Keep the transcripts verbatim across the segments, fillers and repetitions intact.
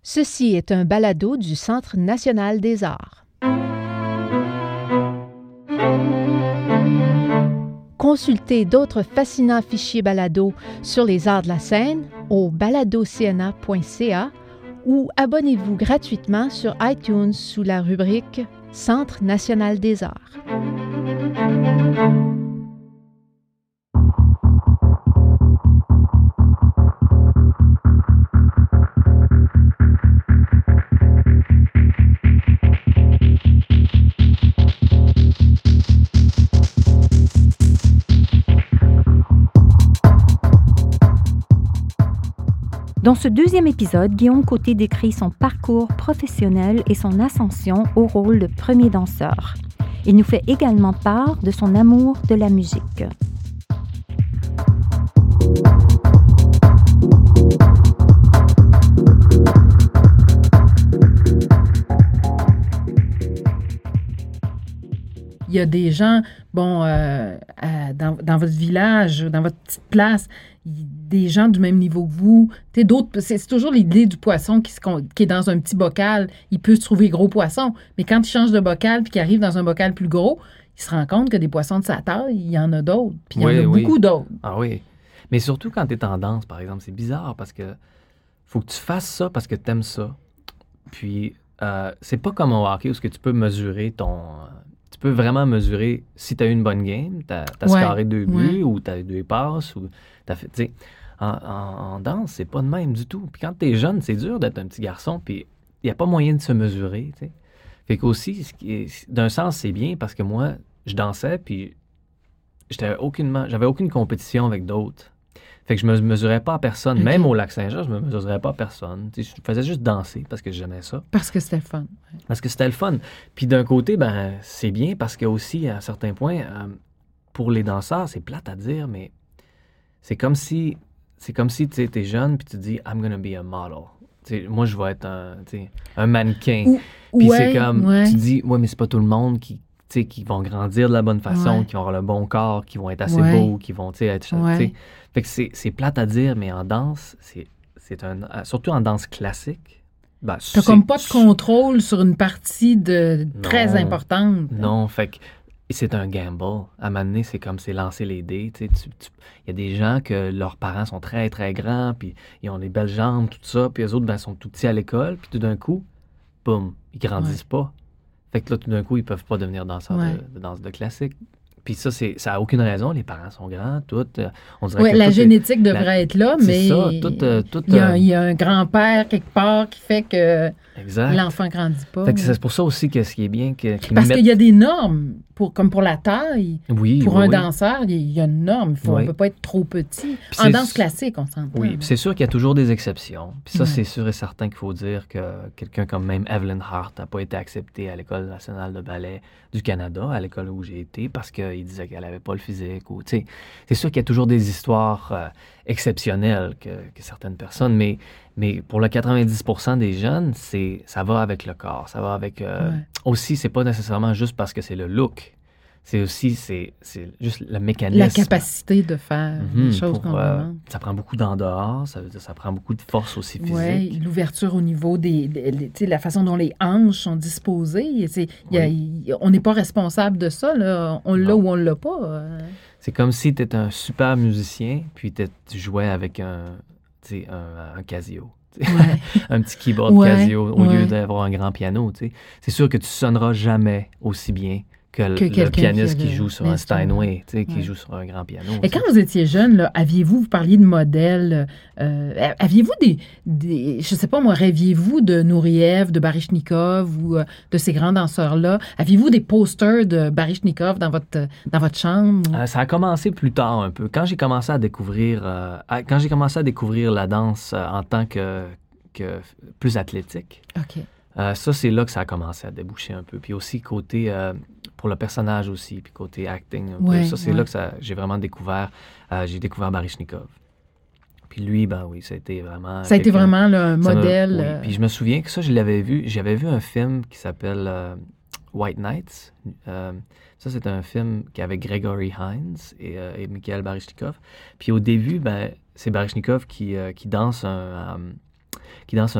Ceci est un balado du Centre national des arts. Consultez d'autres fascinants fichiers balado sur les arts de la scène au balado c n a point c a ou abonnez-vous gratuitement sur iTunes sous la rubrique Centre national des arts. Dans ce deuxième épisode, Guillaume Côté décrit son parcours professionnel et son ascension au rôle de premier danseur. Il nous fait également part de son amour de la musique. Il y a des gens, bon, euh, à, dans, dans votre village, dans votre petite place, des gens du même niveau que vous. T'sais, d'autres, c'est, c'est toujours l'idée du poisson qui, se, qui est dans un petit bocal. Il peut se trouver gros poisson, mais quand il change de bocal puis qu'il arrive dans un bocal plus gros, il se rend compte que des poissons de sa taille, il y en a d'autres. Puis il oui, y en a oui. beaucoup d'autres. Ah oui. Mais surtout quand tu es en danse, par exemple, c'est bizarre parce que faut que tu fasses ça parce que tu aimes ça. Puis, euh, c'est pas comme au hockey où ce que tu peux mesurer ton... Tu peux vraiment mesurer si tu as eu une bonne game, tu as Ouais, scoré deux buts ouais. ou tu as eu deux passes ou tu as fait. Tu sais, en, en, en danse, c'est pas de même du tout. Puis quand tu es jeune, c'est dur d'être un petit garçon, puis il n'y a pas moyen de se mesurer. Tu sais. Fait qu'aussi, ce qui est, d'un sens, c'est bien parce que moi, je dansais, puis j'étais aucunement, j'avais aucune compétition avec d'autres. Fait que je me mesurais pas à personne. Okay. Même au Lac-Saint-Jean, je me mesurais pas à personne. Tu sais, je faisais juste danser parce que j'aimais ça. Parce que c'était le fun. Ouais. Parce que c'était le fun. Puis d'un côté, ben c'est bien parce que aussi, à certains points, euh, pour les danseurs, c'est plate à dire, mais c'est comme si c'est comme si tu es jeune puis tu te dis « I'm gonna be a model ». T'sais, moi, je vais être un, un mannequin. Ou, puis ouais, c'est comme, ouais. tu te dis « Ouais, mais c'est pas tout le monde qui... » T'sais, qui vont grandir de la bonne façon, ouais. qui vont avoir le bon corps, qui vont être assez ouais. beaux, qui vont être... Ouais. Fait que c'est, c'est plate à dire, mais en danse, c'est, c'est un... Surtout en danse classique, ben, t'as comme pas de contrôle sur une partie de non, très importante. Non, fait que c'est un gamble. À un moment donné, c'est comme c'est lancer les dés. Il y a des gens que leurs parents sont très, très grands, puis ils ont des belles jambes, tout ça, puis eux autres, ben, sont tout petits à l'école, puis tout d'un coup, boum, ils grandissent ouais. pas. Fait que là, tout d'un coup, ils peuvent pas devenir danseurs ouais. de, de danse de classique. Puis ça, c'est, ça n'a aucune raison. Les parents sont grands, tout. On dirait ouais, que la tout génétique est, devrait la, être là, c'est mais ça, tout, euh, tout, il, y a, euh, il y a un grand-père quelque part qui fait que exact. L'enfant ne grandit pas. Fait que c'est pour ça aussi que ce qui est bien... Que, Parce mettent... qu'il y a des normes, pour, comme pour la taille. Oui, pour oui, un oui. danseur, il y a une norme. Faut, oui. On ne peut pas être trop petit. Puis en c'est... danse classique, on s'entend. Oui, puis c'est sûr qu'il y a toujours des exceptions. Puis ça, ouais. c'est sûr et certain qu'il faut dire que quelqu'un comme même Evelyn Hart n'a pas été acceptée à l'École nationale de ballet du Canada, à l'école où j'ai été, parce qu'il disait qu'elle n'avait pas le physique. Ou, c'est sûr qu'il y a toujours des histoires euh, exceptionnelles que, que certaines personnes, mais, mais pour le quatre-vingt-dix pour cent des jeunes, c'est, ça va avec le corps. Ça va avec... Euh, ouais. Aussi, c'est pas nécessairement juste parce que c'est le look. C'est aussi, c'est, c'est juste le mécanisme. La capacité de faire mm-hmm, les choses qu'on euh, demande. Ça prend beaucoup d'endehors, ça veut dire ça prend beaucoup de force aussi physique. Oui, l'ouverture au niveau des... des, des la façon dont les hanches sont disposées. C'est, y a, oui. y, on n'est pas responsable de ça, là. On l'a non. ou on l'a pas. Euh. C'est comme si tu étais un super musicien, puis tu jouais avec un, un, un Casio. Ouais. un petit keyboard ouais, Casio au ouais. lieu d'avoir un grand piano. T'sais. C'est sûr que tu sonneras jamais aussi bien que, que le, le pianiste qui, qui joue sur un Steinway, ouais. qui joue sur un grand piano. Et quand vous étiez jeune, là, aviez-vous, vous parliez de modèles, euh, aviez-vous des, des, je sais pas moi, rêviez-vous de Nouriev, de Baryshnikov ou euh, de ces grands danseurs-là? Aviez-vous des posters de Baryshnikov dans votre, dans votre chambre? Euh, ça a commencé plus tard un peu. Quand j'ai commencé à découvrir, euh, à, quand j'ai commencé à découvrir la danse euh, en tant que, que plus athlétique, OK. Euh, ça, c'est là que ça a commencé à déboucher un peu. Puis aussi, côté, euh, pour le personnage aussi, puis côté acting, un ouais, peu. Ça, c'est ouais. là que ça, j'ai vraiment découvert, euh, j'ai découvert Baryshnikov. Puis lui, ben oui, ça a été vraiment... Ça a été vraiment là, un modèle... Me, oui. Puis je me souviens que ça, je l'avais vu, j'avais vu un film qui s'appelle euh, White Nights. Euh, ça, c'est un film qui avait Gregory Hines et, euh, et Mikhail Baryshnikov. Puis au début, ben, c'est Baryshnikov qui, euh, qui danse un... Um, qui danse un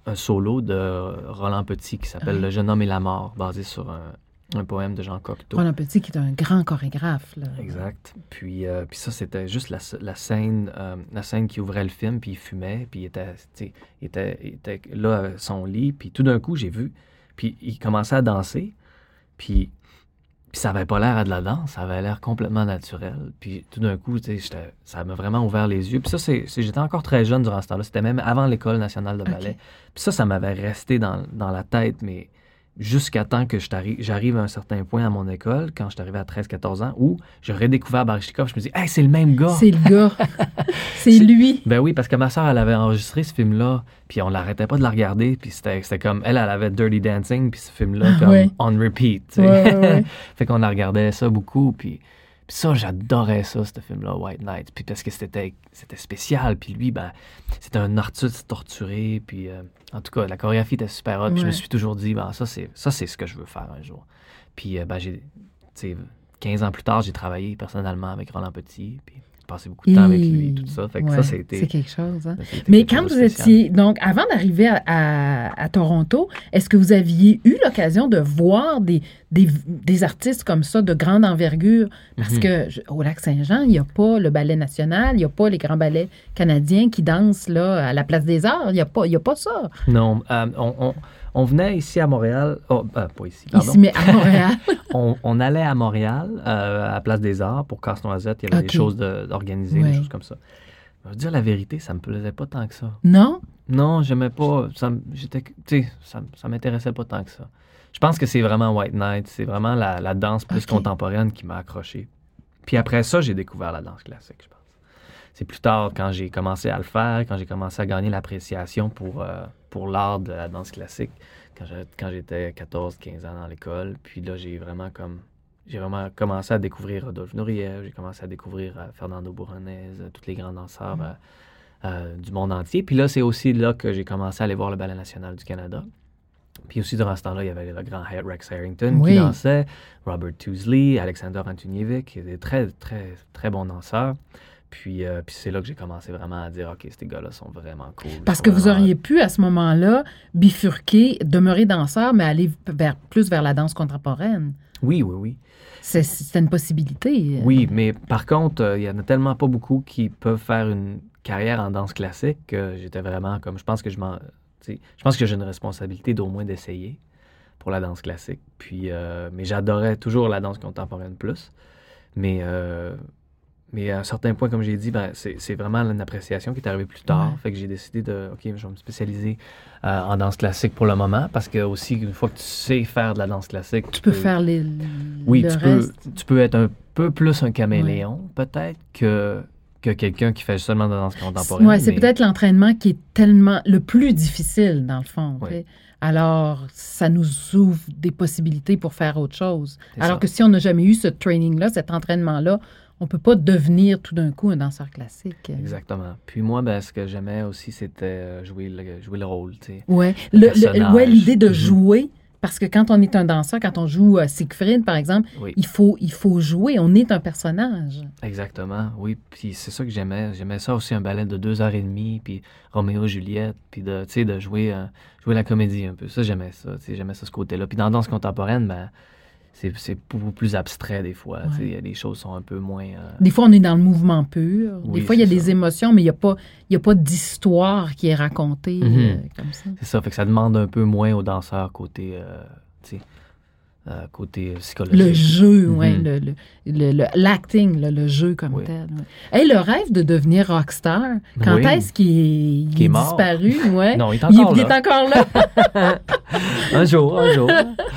un solo de Roland Petit qui s'appelle Oui. Le jeune homme et la mort, basé sur un, un poème de Jean Cocteau. Roland Petit, qui est un grand chorégraphe. Là. Exact. Puis, euh, puis ça, c'était juste la, la scène euh, la scène qui ouvrait le film, puis il fumait, puis il était, tu sais, il était, il était là à son lit, puis tout d'un coup, j'ai vu, puis il commençait à danser, puis, puis ça avait pas l'air à de la danse, ça avait l'air complètement naturel. Puis tout d'un coup, tu sais, j'étais- ça m'a vraiment ouvert les yeux. Puis ça, c'est, c'est- j'étais encore très jeune durant ce temps-là, c'était même avant l'École nationale de ballet. Ok. Puis ça, ça m'avait resté dans, dans la tête, mais jusqu'à temps que je t'arrive- j'arrive à un certain point à mon école, quand je suis arrivé à treize quatorze ans, où j'ai redécouvert Baryshnikov, je me dis « Hey, c'est le même gars! » C'est le gars. c'est C'est- lui. Ben oui, parce que ma soeur, elle avait enregistré ce film-là, puis on l'arrêtait pas de la regarder, puis c'était, c'était comme, elle, elle avait Dirty Dancing, puis ce film-là, comme Ouais. on repeat, tu sais. Ouais, ouais, ouais. Fait qu'on la regardait ça beaucoup, puis, puis ça, j'adorais ça, ce film-là, White Knight, puis parce que c'était, c'était spécial, puis lui, ben, c'était un artiste torturé, puis euh, en tout cas, la chorégraphie était super hot, puis je me Ouais. suis toujours dit, ben, ça, c'est, ça, c'est ce que je veux faire un jour. Puis, euh, ben, j'ai, tu sais, quinze ans plus tard, j'ai travaillé personnellement avec Roland Petit, puis j'ai passé beaucoup de temps avec lui, tout ça, fait que Ouais, ça, c'était... C'est quelque chose. Hein? ça, c'était Mais quelque quand chose vous de spécial. étiez, donc avant d'arriver à, à- à Toronto, est-ce que vous aviez eu l'occasion de voir des, des, des artistes comme ça de grande envergure? Parce Mhm. que je- au Lac-Saint-Jean, il n'y a pas le ballet national, il n'y a pas les grands ballets canadiens qui dansent là, à la Place des Arts, il n'y a, pas- il y a pas ça. Non, euh, on, on, on venait ici à Montréal, oh, euh, pas ici, pardon. Ici, mais à Montréal. On, on allait à Montréal, euh, à la Place des Arts, pour Casse-Noisette, il y avait Ok. des choses de- d'organiser, Ouais. des choses comme ça. Je vais dire la vérité, ça me plaisait pas tant que ça. Non? Non, j'aimais pas, ça, m- j'étais, tu sais, ça, m- ça m'intéressait pas tant que ça. Je pense que c'est vraiment White Knight, c'est vraiment la, la danse plus Ok. contemporaine qui m'a accroché. Puis après ça, j'ai découvert la danse classique, je pense. C'est plus tard, quand j'ai commencé à le faire, quand j'ai commencé à gagner l'appréciation pour, euh, pour l'art de la danse classique, quand, j'ai- quand j'étais quatorze quinze ans dans l'école. Puis là, j'ai vraiment comme... J'ai vraiment commencé à découvrir Rodolphe Nureyev, j'ai commencé à découvrir euh, Fernando Bourronez, euh, tous les grands danseurs euh, euh, du monde entier. Puis là, c'est aussi là que j'ai commencé à aller voir le Ballet national du Canada. Puis aussi, durant ce temps-là, il y avait le grand Rex Harrington Oui. qui dansait, Robert Tousley, Alexander Antonievich, qui étaient des très, très, très bons danseurs. Puis, euh, puis c'est là que j'ai commencé vraiment à dire, OK, ces gars-là sont vraiment cool. Parce Ils que sont vous vraiment- auriez pu, à ce moment-là, bifurquer, demeurer danseur, mais aller vers, plus vers la danse contemporaine. Oui, oui, oui. C'est, c'était une possibilité. Oui, mais par contre, euh, il y en a tellement pas beaucoup qui peuvent faire une carrière en danse classique que j'étais vraiment comme, je pense que je m'en, tu sais, je pense que j'ai une responsabilité d'au moins d'essayer pour la danse classique. Puis, euh, mais j'adorais toujours la danse contemporaine plus. Mais, euh, mais à un certain point, comme j'ai dit, ben, c'est, c'est vraiment une appréciation qui est arrivée plus tard. Ouais. Fait que j'ai décidé de, OK, je vais me spécialiser euh, en danse classique pour le moment parce que aussi, une fois que tu sais faire de la danse classique, Tu peux faire les, oui, le tu reste. peux, tu peux être un peu plus un caméléon, peut-être, que, que quelqu'un qui fait seulement de la danse contemporaine. Oui, c'est mais- peut-être l'entraînement qui est tellement le plus difficile, dans le fond. Oui. tu sais. Alors, ça nous ouvre des possibilités pour faire autre chose. C'est Alors ça. que si on n'a jamais eu ce training-là, cet entraînement-là, on ne peut pas devenir tout d'un coup un danseur classique. Exactement. Puis moi, ben, ce que j'aimais aussi, c'était euh, jouer le, jouer le rôle, tu sais. Ouais. Le, le- personnage. ouais, l'idée de Mhm. jouer, parce que quand on est un danseur, quand on joue euh, Siegfried, par exemple, Oui, il faut, il faut jouer. On est un personnage. exactement. Oui, puis c'est ça que j'aimais. J'aimais ça aussi, un ballet de deux heures et demie, puis Roméo et Juliette, puis de, tu sais, de jouer, euh, jouer la comédie un peu. Ça, j'aimais ça, tu sais, j'aimais ça, ce côté-là. Puis dans la danse contemporaine, ben, c'est, c'est beaucoup plus abstrait des fois. Tu sais, Ouais. il y a des choses qui sont un peu moins... euh, Des fois, on est dans le mouvement pur. Oui, des fois, il y a c'est des ça. émotions, mais il n'y a pas, il y a pas d'histoire qui est racontée Mhm. euh, comme ça. C'est ça, fait que ça demande un peu moins aux danseurs côté, euh, tu sais, euh, côté psychologique. Le jeu, Mhm. ouais, le, le, le- le- l'acting, là, le jeu comme Oui. tel. ouais. Hey, le rêve de devenir rockstar, quand Oui. est-ce qu'il est, il Qui est est mort. disparu? Ouais. Non, il est il, encore il là. est encore là. Un jour, un jour.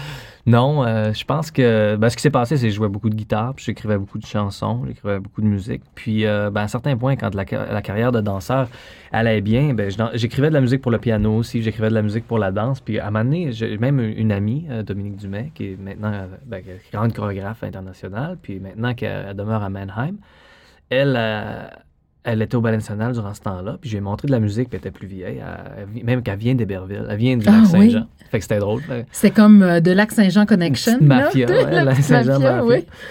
Non, euh, je pense que ben, ce qui s'est passé, c'est que je jouais beaucoup de guitare, puis j'écrivais beaucoup de chansons, j'écrivais beaucoup de musique. Puis euh, ben, à un certain point, quand la, ca- la carrière de danseur allait bien, ben, je dan- j'écrivais de la musique pour le piano aussi, j'écrivais de la musique pour la danse. Puis à un moment donné, j'ai même une amie, euh, Dominique Dumais, qui est maintenant euh, ben, qui est grande chorégraphe internationale, puis maintenant qu'elle elle demeure à Mannheim, elle, euh, elle était au Ballet national durant ce temps-là, puis je lui ai montré de la musique, puis elle était plus vieille, elle- elle vi- même qu'elle vient d'Héberville, elle vient du Ah, Lac-Saint-Jean. oui. Fait que c'était drôle. Ben, C'est comme euh, de Lac-Saint-Jean Connection. petite mafia, là, ouais, la la petite Saint-Jean mafia, mafia. oui.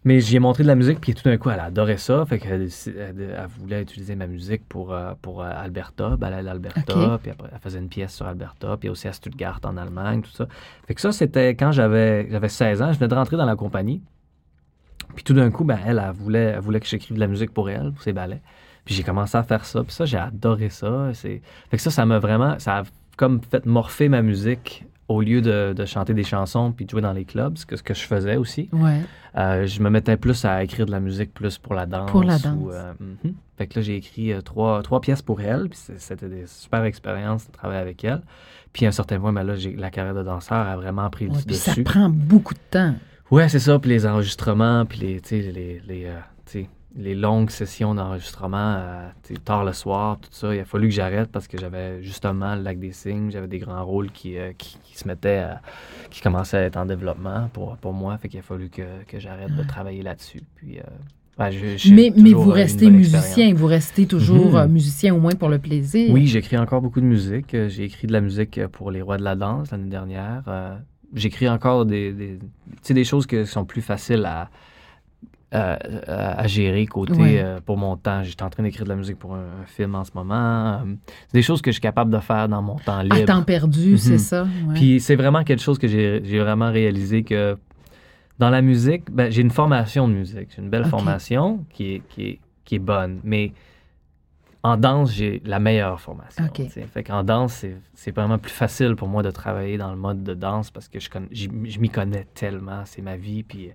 Mais j'y ai montré de la musique, puis tout d'un coup, elle adorait ça. Fait qu'elle elle, elle voulait utiliser ma musique pour, euh, pour euh, Alberta. Ben, elle allait à Alberta, okay. Puis après, elle faisait une pièce sur Alberta, puis aussi à Stuttgart, en Allemagne, tout ça. Fait que ça, c'était quand j'avais, j'avais seize ans. Je venais de rentrer dans la compagnie. Puis tout d'un coup, ben, elle, elle voulait, elle voulait que j'écrive de la musique pour elle, pour ses ballets. Puis j'ai commencé à faire ça. Puis ça, j'ai adoré ça. C'est... Fait que ça, ça m'a vraiment... Ça a comme fait morpher ma musique au lieu de, de chanter des chansons puis de jouer dans les clubs, ce que, ce que je faisais aussi. Ouais. Euh, je me mettais plus à écrire de la musique plus pour la danse. Pour la danse. Ou, euh, mm-hmm. Fait que là, j'ai écrit euh, trois, trois pièces pour elle, puis c'était des super expériences de travailler avec elle. Puis à un certain point, ben là, j'ai, la carrière de danseur a vraiment pris ouais, le dessus. Ça prend beaucoup de temps. Ouais, c'est ça. Puis les enregistrements, puis les, les, les, les, euh, les longues sessions d'enregistrement, euh, tard le soir, tout ça, il a fallu que j'arrête parce que j'avais justement le Lac des Cygnes, j'avais des grands rôles qui, euh, qui, qui se mettaient, à, qui commençaient à être en développement pour, pour moi, fait qu'il a fallu que, que j'arrête ouais. de travailler là-dessus. Puis, euh, ben, je, je, mais, mais vous restez musicien, vous restez toujours mm-hmm. musicien au moins pour le plaisir. Oui, j'écris encore beaucoup de musique. J'ai écrit de la musique pour les Rois de la danse l'année dernière. Euh, j'écris encore des, des, des choses qui sont plus faciles à Euh, à gérer côté ouais. euh, pour mon temps. J'étais en train d'écrire de la musique pour un, un film en ce moment. Euh, c'est des choses que je suis capable de faire dans mon temps libre. À temps perdu, mm-hmm. c'est ça. Ouais. Puis c'est vraiment quelque chose que j'ai, j'ai vraiment réalisé que dans la musique, ben, j'ai une formation de musique. J'ai une belle okay. formation qui est, qui, est, qui est bonne, mais en danse, j'ai la meilleure formation. Okay. Fait qu'en danse, c'est, c'est vraiment plus facile pour moi de travailler dans le mode de danse parce que je, connais, je m'y connais tellement. C'est ma vie, puis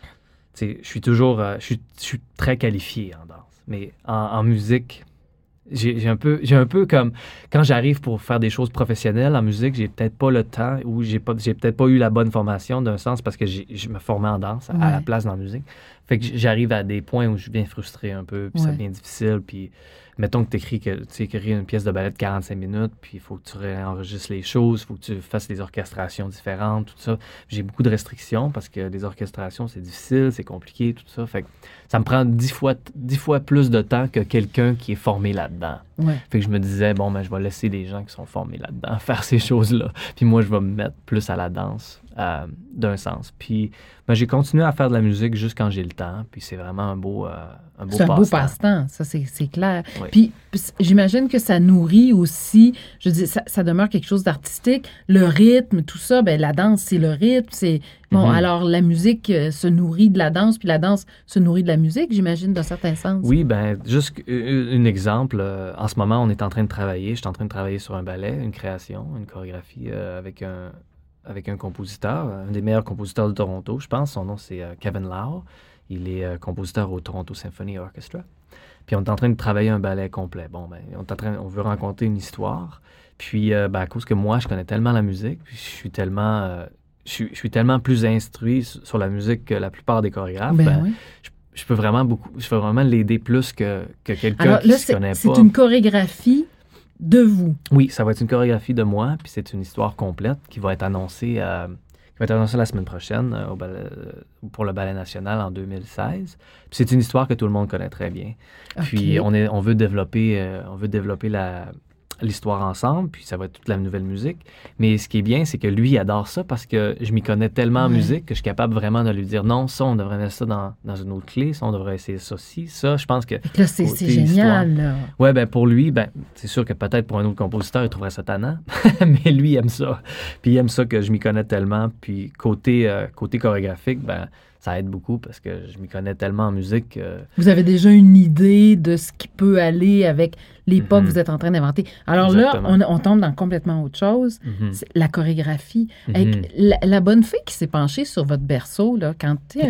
je suis toujours, euh, je suis, je suis très qualifié en danse, mais en, en musique, j'ai, j'ai un peu, j'ai un peu comme quand j'arrive pour faire des choses professionnelles en musique, j'ai peut-être pas le temps ou j'ai pas, j'ai peut-être pas eu la bonne formation d'un sens parce que j'ai, je me formais en danse à, ouais. à la place dans la musique. Fait que j'arrive à des points où je viens frustré un peu, puis ouais. ça devient difficile, puis mettons que tu écris que tu écris une pièce de ballet de quarante-cinq minutes, puis il faut que tu enregistres les choses, il faut que tu fasses des orchestrations différentes, tout ça. J'ai beaucoup de restrictions parce que les orchestrations, c'est difficile, c'est compliqué, tout ça. Fait que ça me prend dix fois, dix fois plus de temps que quelqu'un qui est formé là-dedans. Ouais. Fait que je me disais, bon, ben, je vais laisser les gens qui sont formés là-dedans faire ces choses-là. Puis moi, je vais me mettre plus à la danse, euh, d'un sens. Puis ben, j'ai continué à faire de la musique juste quand j'ai le temps. Puis c'est vraiment un beau, euh, un beau c'est passe-temps. un beau passe-temps, ça, c'est, c'est clair. Oui. Puis, puis j'imagine que ça nourrit aussi, je dis, ça, ça demeure quelque chose d'artistique. Le rythme, tout ça, ben la danse, c'est le rythme. C'est, bon, mm-hmm. alors la musique euh, se nourrit de la danse, puis la danse se nourrit de la musique, j'imagine, d'un certain sens. Oui, ben juste un exemple. Euh, en ce moment, on est en train de travailler, je suis en train de travailler sur un ballet, une création, une chorégraphie euh, avec un... avec un compositeur, un des meilleurs compositeurs de Toronto, je pense. Son nom, c'est euh, Kevin Lau. Il est euh, compositeur au Toronto Symphony Orchestra. Puis on est en train de travailler un ballet complet. Bon, ben, on est en train, on veut raconter une histoire. Puis, euh, ben, à cause que moi, je connais tellement la musique, puis je suis tellement, euh, je suis, je suis tellement plus instruit sur la musique que la plupart des chorégraphes. Ben, ben oui. je, je peux vraiment beaucoup, je peux vraiment l'aider plus que, que quelqu'un Alors, qui là, ne se connaît c'est pas. C'est une chorégraphie de vous. Oui, ça va être une chorégraphie de moi, puis c'est une histoire complète qui va être annoncée, euh, qui va être annoncée la semaine prochaine euh, au ballet, euh, pour le Ballet national en deux mille seize. Puis c'est une histoire que tout le monde connaît très bien. Okay. Puis on, est, on veut développer, euh, on veut développer la, l'histoire ensemble, puis ça va être toute la nouvelle musique. Mais ce qui est bien, c'est que lui, il adore ça parce que je m'y connais tellement en ouais. musique que je suis capable vraiment de lui dire non, ça, on devrait mettre ça dans, dans une autre clé, ça, on devrait essayer ça aussi. Ça, je pense que. Là, c'est, c'est génial, là. Ouais, ben pour lui, ben, c'est sûr que peut-être pour un autre compositeur, il trouverait ça tannant, mais lui, il aime ça. Puis il aime ça que je m'y connais tellement. Puis côté, euh, côté chorégraphique, ben, ça aide beaucoup parce que je m'y connais tellement en musique. Euh... Vous avez déjà une idée de ce qui peut aller avec les pas mm-hmm. que vous êtes en train d'inventer. Alors Exactement. là, on, on tombe dans complètement autre chose. Mm-hmm. C'est la chorégraphie. Mm-hmm. Avec la, la bonne fée qui s'est penchée sur votre berceau, là, quand euh,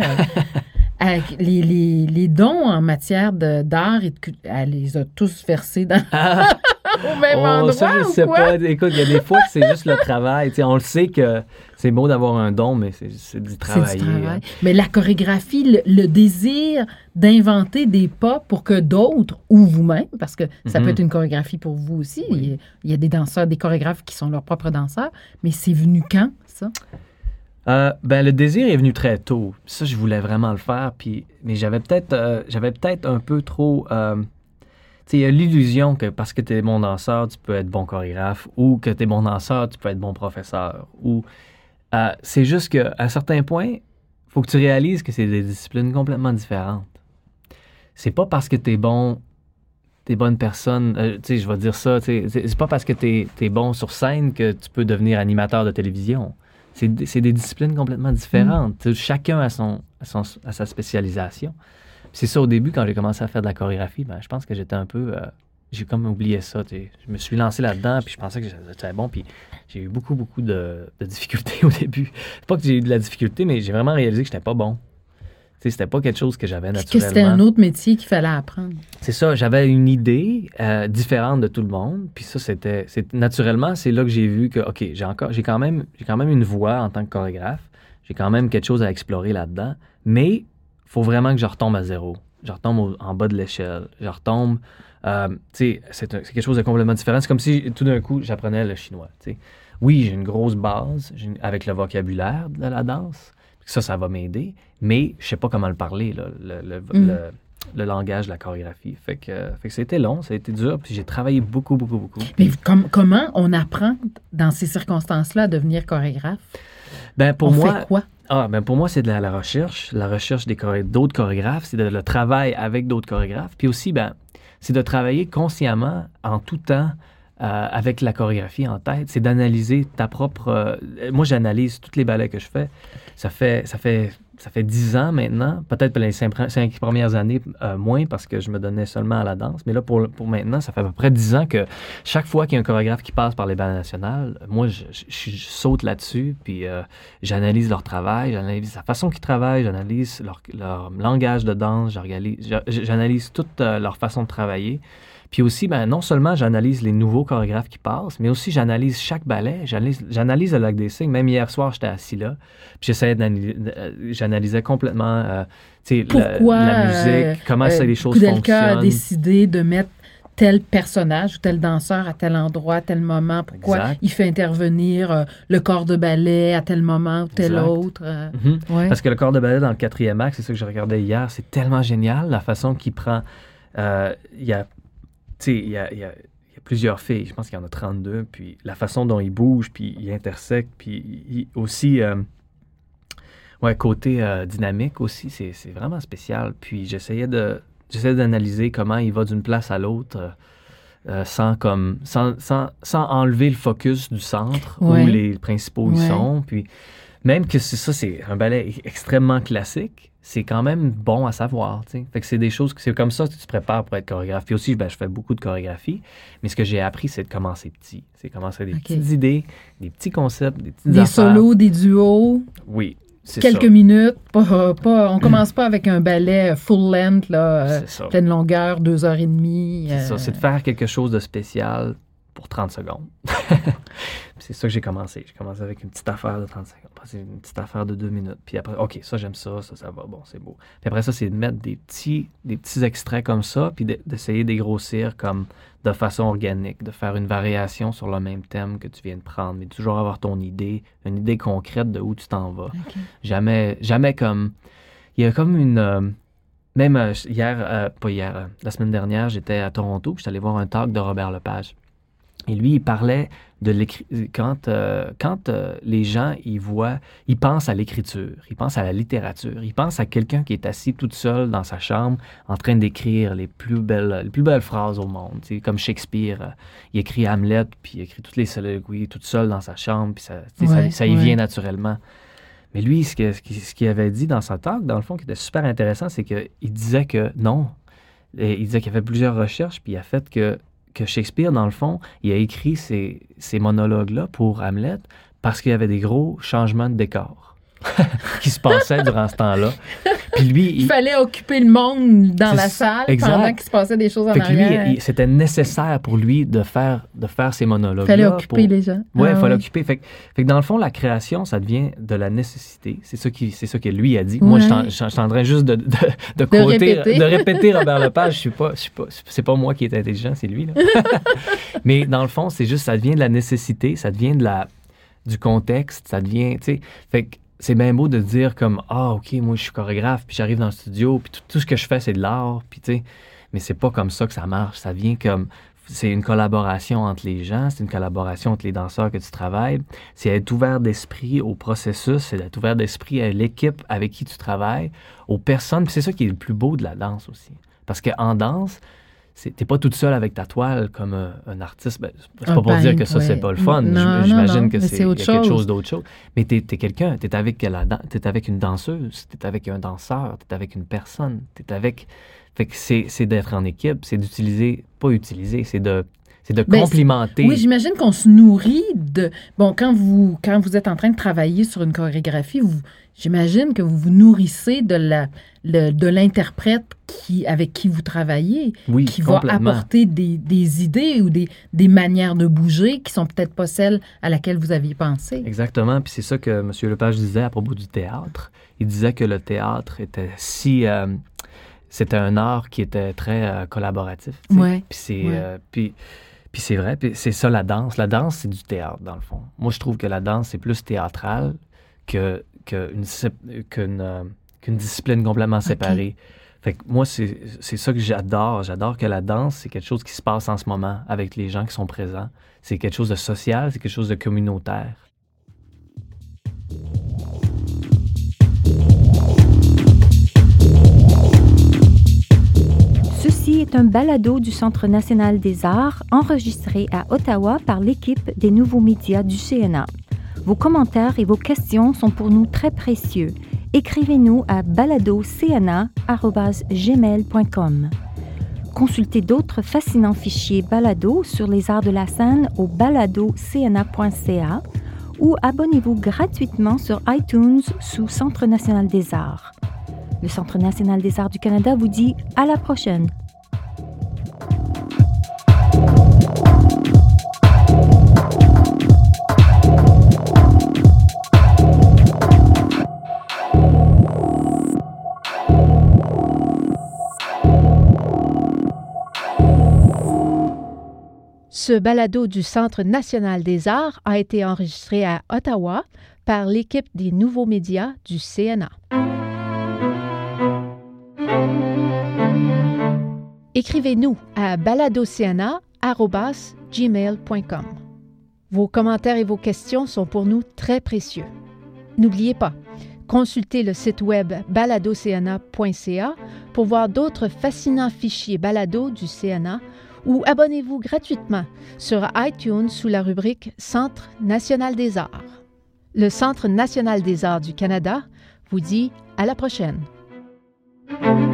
avec les, les, les dons en matière de, d'art, et de, elle les a tous versés dans... Ah. au même oh, endroit ça, je ou sais quoi? pas. Écoute, il y a des fois que c'est juste le travail. T'sais, on le sait que c'est beau d'avoir un don, mais c'est, c'est du travail. C'est du travail. Mais la chorégraphie, le, le désir d'inventer des pas pour que d'autres, ou vous-même, parce que ça mm-hmm. peut être une chorégraphie pour vous aussi. Oui. Il, y a, il y a des danseurs, des chorégraphes qui sont leurs propres danseurs. Mais c'est venu quand, ça? Euh, ben, le désir est venu très tôt. Ça, je voulais vraiment le faire. Puis, mais j'avais peut-être, euh, j'avais peut-être un peu trop... Euh, il y a l'illusion que parce que tu es bon danseur, tu peux être bon chorégraphe, ou que tu es bon danseur, tu peux être bon professeur. Ou, euh, c'est juste qu'à un certain point, il faut que tu réalises que c'est des disciplines complètement différentes. C'est pas parce que t'es bon, t'es bonne personne, euh, tu sais, je vais dire ça, tu sais, c'est, c'est pas parce que t'es, t'es bon sur scène que tu peux devenir animateur de télévision. C'est, c'est des disciplines complètement différentes. Mm. Chacun a, son, a, son, a sa spécialisation. C'est ça, au début, quand j'ai commencé à faire de la chorégraphie, ben, je pense que j'étais un peu... Euh, j'ai comme oublié ça. T'sais. Je me suis lancé là-dedans, puis je pensais que j'étais bon, puis j'ai eu beaucoup, beaucoup de, de difficultés au début. C'est pas que j'ai eu de la difficulté, mais j'ai vraiment réalisé que j'étais pas bon. T'sais, c'était pas quelque chose que j'avais naturellement. Que c'était un autre métier qu'il fallait apprendre. C'est ça, j'avais une idée euh, différente de tout le monde, puis ça, c'était... C'est, naturellement, c'est là que j'ai vu que, OK, j'ai, encore, j'ai, quand même, j'ai quand même une voix en tant que chorégraphe, j'ai quand même quelque chose à explorer là-dedans, mais il faut vraiment que je retombe à zéro. Je retombe au, en bas de l'échelle. Je retombe... Euh, c'est, c'est, un, c'est quelque chose de complètement différent. C'est comme si tout d'un coup, j'apprenais le chinois. T'sais. Oui, j'ai une grosse base j'ai une, avec le vocabulaire de la danse. Ça, ça va m'aider. Mais je sais pas comment le parler, là, le, le, mm. le, le langage de la chorégraphie. Fait que, fait que c'était long, ça a été dur. Puis j'ai travaillé beaucoup, beaucoup, beaucoup. Mais com- comment on apprend dans ces circonstances-là à devenir chorégraphe? Ben, pour on moi, fait quoi? Ah, ben pour moi, c'est de la, la recherche. La recherche des choré- d'autres chorégraphes. C'est de, le travail avec d'autres chorégraphes. Puis aussi, ben, c'est de travailler consciemment, en tout temps, euh, avec la chorégraphie en tête. C'est d'analyser ta propre... Euh, moi, j'analyse tous les ballets que je fais. Ça fait, ça fait, ça fait dix ans maintenant. Peut-être pour les cinq, cinq premières années, euh, moins, parce que je me donnais seulement à la danse. Mais là, pour, pour maintenant, ça fait à peu près dix ans que chaque fois qu'il y a un chorégraphe qui passe par les ballets nationales, moi, je, je, je, je saute là-dessus, puis euh, j'analyse leur travail, j'analyse la façon qu'ils travaillent, j'analyse leur, leur langage de danse, j'analyse, j'analyse toute euh, leur façon de travailler. Puis aussi, ben, non seulement j'analyse les nouveaux chorégraphes qui passent, mais aussi j'analyse chaque ballet, j'analyse, j'analyse le Lac des Cygnes. Même hier soir, j'étais assis là, puis j'essayais d'analyser, j'analysais complètement euh, Pourquoi, la, la musique, euh, comment euh, ça, les choses Koudelka fonctionnent. A décidé de mettre tel personnage ou tel danseur à tel endroit, à tel moment. Pourquoi exact. Il fait intervenir euh, le corps de ballet à tel moment ou tel exact. Autre. Euh, mm-hmm. ouais. Parce que le corps de ballet dans le quatrième acte, c'est ça que je regardais hier, c'est tellement génial, la façon qu'il prend... Euh, il y a Tu sais, il y a, y, a, y a plusieurs filles, je pense qu'il y en a trente-deux, puis la façon dont ils bougent, puis ils intersectent, puis ils, aussi, euh, ouais, côté euh, dynamique aussi, c'est, c'est vraiment spécial. Puis j'essayais de, j'essayais d'analyser comment il va d'une place à l'autre euh, sans, comme, sans, sans, sans enlever le focus du centre ouais. où les principaux ouais. y sont. Puis même que c'est ça, c'est un ballet extrêmement classique, c'est quand même bon à savoir, tu sais. Fait que c'est des choses, que c'est comme ça que tu te prépares pour être chorégraphe. Puis aussi, ben, je fais beaucoup de chorégraphie, mais ce que j'ai appris, c'est de commencer petit. C'est commencer avec des okay. petites idées, des petits concepts, des petites Des affaires. solos, des duos. Oui, c'est quelques ça. minutes. Pas, pas, on commence pas avec un ballet full length, là, euh, pleine longueur, deux heures et demie. C'est euh... ça, c'est de faire quelque chose de spécial pour trente secondes. C'est ça que j'ai commencé. J'ai commencé avec une petite affaire de trente secondes. Après, c'est une petite affaire de deux minutes. Puis après, OK, ça, j'aime ça, ça, ça va, bon, c'est beau. Puis après ça, c'est de mettre des petits, des petits extraits comme ça, puis de, d'essayer de les grossir comme de façon organique, de faire une variation sur le même thème que tu viens de prendre, mais toujours avoir ton idée, une idée concrète de où tu t'en vas. Okay. Jamais, jamais comme... Il y a comme une... Euh, même euh, hier, euh, pas hier, euh, la semaine dernière, j'étais à Toronto, puis j'étais allé voir un talk de Robert Lepage. Et lui, il parlait de l'écrit... Quand, euh, quand euh, les gens, ils voient... Ils pensent à l'écriture, ils pensent à la littérature, ils pensent à quelqu'un qui est assis toute seule dans sa chambre en train d'écrire les plus belles, les plus belles phrases au monde. T'sais, comme Shakespeare, euh, il écrit Hamlet, puis il écrit toutes les soliloquies toute seule dans sa chambre, puis ça, ouais, ça, ça y ouais. vient naturellement. Mais lui, ce, que, ce, qu'il, ce qu'il avait dit dans sa talk, dans le fond, qui était super intéressant, c'est qu'il disait que non. Et il disait qu'il y avait plusieurs recherches, puis il a fait que que Shakespeare, dans le fond, il a écrit ces, ces monologues-là pour Hamlet parce qu'il y avait des gros changements de décor qui se passaient durant ce temps-là. Puis lui, il, il fallait occuper le monde dans la salle exact. Pendant qu'il se passait des choses en fait que arrière. Lui, il, c'était nécessaire pour lui de faire, de faire ces monologues-là. Il fallait occuper pour... les gens. Oui, il ah, fallait oui. occuper. Fait, fait que dans le fond, la création, ça devient de la nécessité. C'est ça, qui, c'est ça que lui a dit. Ouais. Moi, je, t'en, je, je t'endrais juste de, de, de, de, de, quoter, répéter. de répéter Robert Lepage. Je suis pas, je suis pas, c'est pas moi qui est intelligent, c'est lui. Là. Mais dans le fond, c'est juste, ça devient de la nécessité, ça devient de la, du contexte, ça devient, tu sais, fait que c'est bien beau de dire comme « Ah, OK, moi, je suis chorégraphe, puis j'arrive dans le studio, puis tout, tout ce que je fais, c'est de l'art, puis tu sais... » Mais c'est pas comme ça que ça marche. Ça vient comme... c'est une collaboration entre les gens, c'est une collaboration entre les danseurs que tu travailles. C'est être ouvert d'esprit au processus, c'est d'être ouvert d'esprit à l'équipe avec qui tu travailles, aux personnes. Puis c'est ça qui est le plus beau de la danse aussi. Parce qu'en danse, tu n'es pas toute seule avec ta toile comme un, un artiste. Ben, c'est Un pas pour dire peintre, que ça, ouais. c'est pas le fun. Non, J'imagine non, non, que mais c'est, c'est il y a autre quelque chose. chose d'autre chose. Mais tu es quelqu'un, tu es avec, la, t'es avec une danseuse, tu es avec un danseur, tu es avec une personne, tu es avec... Fait que c'est, c'est d'être en équipe, c'est d'utiliser, pas utiliser, c'est de, c'est de Ben, complimenter. Oui, j'imagine qu'on se nourrit de... Bon, quand vous, quand vous êtes en train de travailler sur une chorégraphie, vous, j'imagine que vous vous nourrissez de, la, le, de l'interprète qui, avec qui vous travaillez, Oui, qui va complètement. apporter des, des idées ou des, des manières de bouger qui sont peut-être pas celles à laquelle vous aviez pensé. Exactement, puis c'est ça que M. Lepage disait à propos du théâtre. Il disait que le théâtre était si... Euh, c'était un art qui était très euh, collaboratif. tu sais. Ouais, Puis c'est, ouais. euh, puis, puis c'est vrai, puis c'est ça la danse. La danse, c'est du théâtre, dans le fond. Moi, je trouve que la danse, c'est plus théâtral que, que une, sép- qu'une, euh, qu'une discipline complètement séparée. Fait que moi, c'est, c'est ça que j'adore. J'adore que la danse, c'est quelque chose qui se passe en ce moment avec les gens qui sont présents. C'est quelque chose de social, c'est quelque chose de communautaire. Ceci est un balado du Centre national des arts enregistré à Ottawa par l'équipe des nouveaux médias du C N A. Vos commentaires et vos questions sont pour nous très précieux. Écrivez-nous à balado c n a arobase gmail point com. Consultez d'autres fascinants fichiers balado sur les arts de la scène au balado c n a point c a ou abonnez-vous gratuitement sur iTunes sous Centre national des arts. Le Centre national des arts du Canada vous dit à la prochaine. Ce balado du Centre national des arts a été enregistré à Ottawa par l'équipe des nouveaux médias du C N A. Écrivez-nous à baladocna arobase gmail point com. Vos commentaires et vos questions sont pour nous très précieux. N'oubliez pas, consultez le site web baladocna point c a pour voir d'autres fascinants fichiers balado du C N A ou abonnez-vous gratuitement sur iTunes sous la rubrique Centre national des arts. Le Centre national des arts du Canada vous dit à la prochaine.